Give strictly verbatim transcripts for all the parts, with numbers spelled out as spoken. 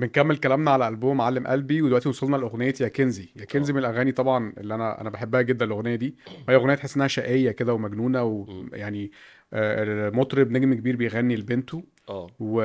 بنكمل كلامنا على ألبوم معلم قلبي، ودلوقتي وصلنا لأغنية يا كنزي. يا كنزي اه. من الأغاني طبعا اللي أنا أنا بحبها جدا الأغنية دي. وهي أغنية تحس إنها شقية كده ومجنونة مم. ويعني مطرب نجم كبير بيغني لبنته اه. و...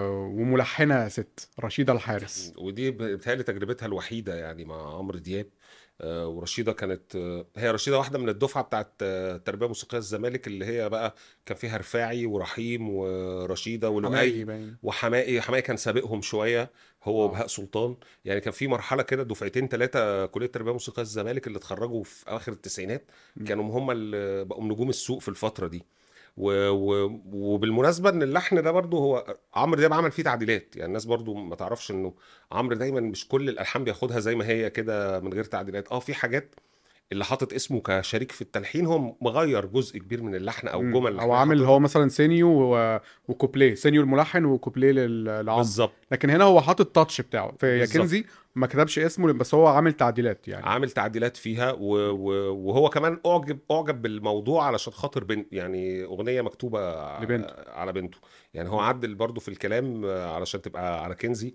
وملحنة ست رشيدة الحارس. ودي ب- بتهيألي تجربتها الوحيدة يعني مع عمرو دياب. آه، ورشيدة كانت، آه، هي رشيدة واحدة من الدفعة بتاعت آه، التربية الموسيقية الزمالك، اللي هي بقى كان فيها رفاعي ورحيم ورشيدة حماقي ولؤي باين. وحمائي. حمائي كان سابقهم شوية، هو اه. وبهاء سلطان. يعني كان في مرحلة كده دفعتين ثلاثة كلية التربية الموسيقية الزمالك اللي اتخرجوا في أواخر التسعينات، م. كانوا هم اللي بقوا نجوم السوق في الفترة دي. و... و... وبالمناسبة ان اللحن ده برضو هو عمرو دياب عمل فيه تعديلات. يعني الناس برضو ما تعرفش انه عمرو دايما مش كل الالحان بياخدها زي ما هي كده من غير تعديلات. اه، في حاجات اللي حاطط اسمه كشريك في التلحين هو مغير جزء كبير من اللحن او م. الجمل او اللحنيه عامل هو حاططها. مثلا سينيو و... وكوبليه، سينيو الملحن وكوبليه لل... لعمرو. بالظبط. لكن هنا هو حاطط التاتش بتاعه في يا بالظبط. كنزي. ما كتبش اسمه بس هو عامل تعديلات يعني. عامل تعديلات فيها و... و... وهو كمان اعجب اعجب بالموضوع علشان خاطر بنت، يعني اغنيه مكتوبه لبنته. ع- على بنته. يعني هو عدل برضو في الكلام آه، علشان تبقى على كنزي.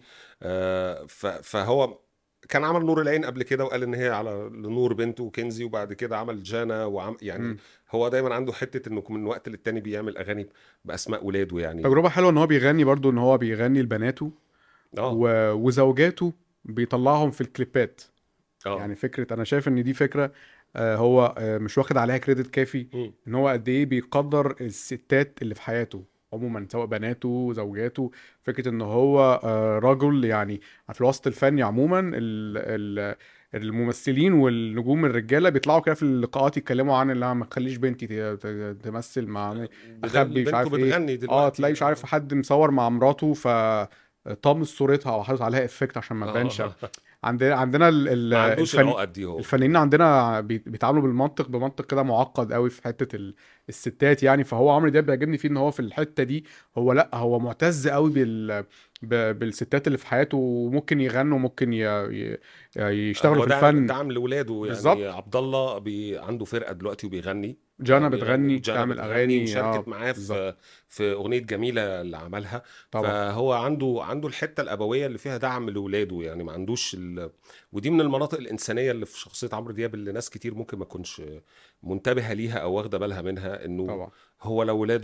آه، ف... فهو كان عمل نور العين قبل كده وقال ان هي على لنور بنته وكنزي، وبعد كده عمل جانا وعم يعني. م. هو دايما عنده حته انه من وقت للتاني بيعمل اغاني باسماء ولاده يعني. تجربة حلوة ان هو بيغني برضو، ان هو بيغني لبناته اه. و... وزوجاته بيطلعهم في الكليبات. اه. يعني فكرة، انا شايف ان دي فكرة آه، هو آه، مش واخد عليها كريدت كافي. مم. ان هو قد ايه بيقدر الستات اللي في حياته عموما، سواء بناته زوجاته. فكرة ان هو آه، رجل يعني. في الوسط الفني عموما ال... ال... الممثلين والنجوم الرجاله بيطلعوا كده في اللقاءات يتكلموا عن اللي ما تخليش بنتي ت- ت- تمثل مع، بدل اخبي مش بنته عارف ايه. بتغني اه دلوقتي. تلاقي مش عارف اه. حد مصور مع مراته ف طامس صورتها او حاطط عليها افكت عشان ما تبانش. اه. عندنا عندنا ال- ال- ما عندوش الفن العقد دي هو. الفنانين عندنا بي- بيتعاملوا بالمنطق بمنطق كده معقد قوي في حتة ال- الستات يعني. فهو عمرو دياب بيعجبني فيه ان هو في الحتة دي هو لا هو معتز قوي بال ب- بالستات اللي في حياته، وممكن يغنوا وممكن ي... ي... يشتغلوا هو في دعم الفن. دعم لاولاده. يعني بالظبط. عبد الله بي عنده فرقه دلوقتي وبيغني. آه، جانا بيغني بتغني جانا تعمل بتغني اغاني وشاركت اه. معاه بالظبط. في في اغنيه جميله اللي عملها. طبعا. فهو عنده عنده الحته الابويه اللي فيها دعم لاولاده. يعني ما عندوش ال... ودي من المناطق الانسانيه اللي في شخصيه عمرو دياب اللي ناس كتير ممكن ما تكونش منتبهه ليها او واخده بالها منها. انه طبعا. هو لو ولاده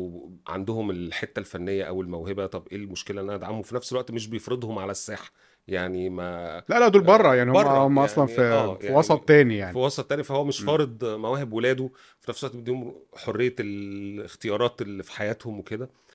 عندهم الحته الفنيه او الموهبه، طب ايه المشكله ان انا ادعمهم؟ في نفس الوقت مش بيفرضهم على الساحه يعني. ما لا لا دول بره يعني، هم بره هم اصلا يعني. في اه في وسط يعني تاني في يعني. وسط تاني. فهو مش م. فارض مواهب ولاده، في نفس الوقت بيديهم حرية الاختيارات اللي في حياتهم وكده.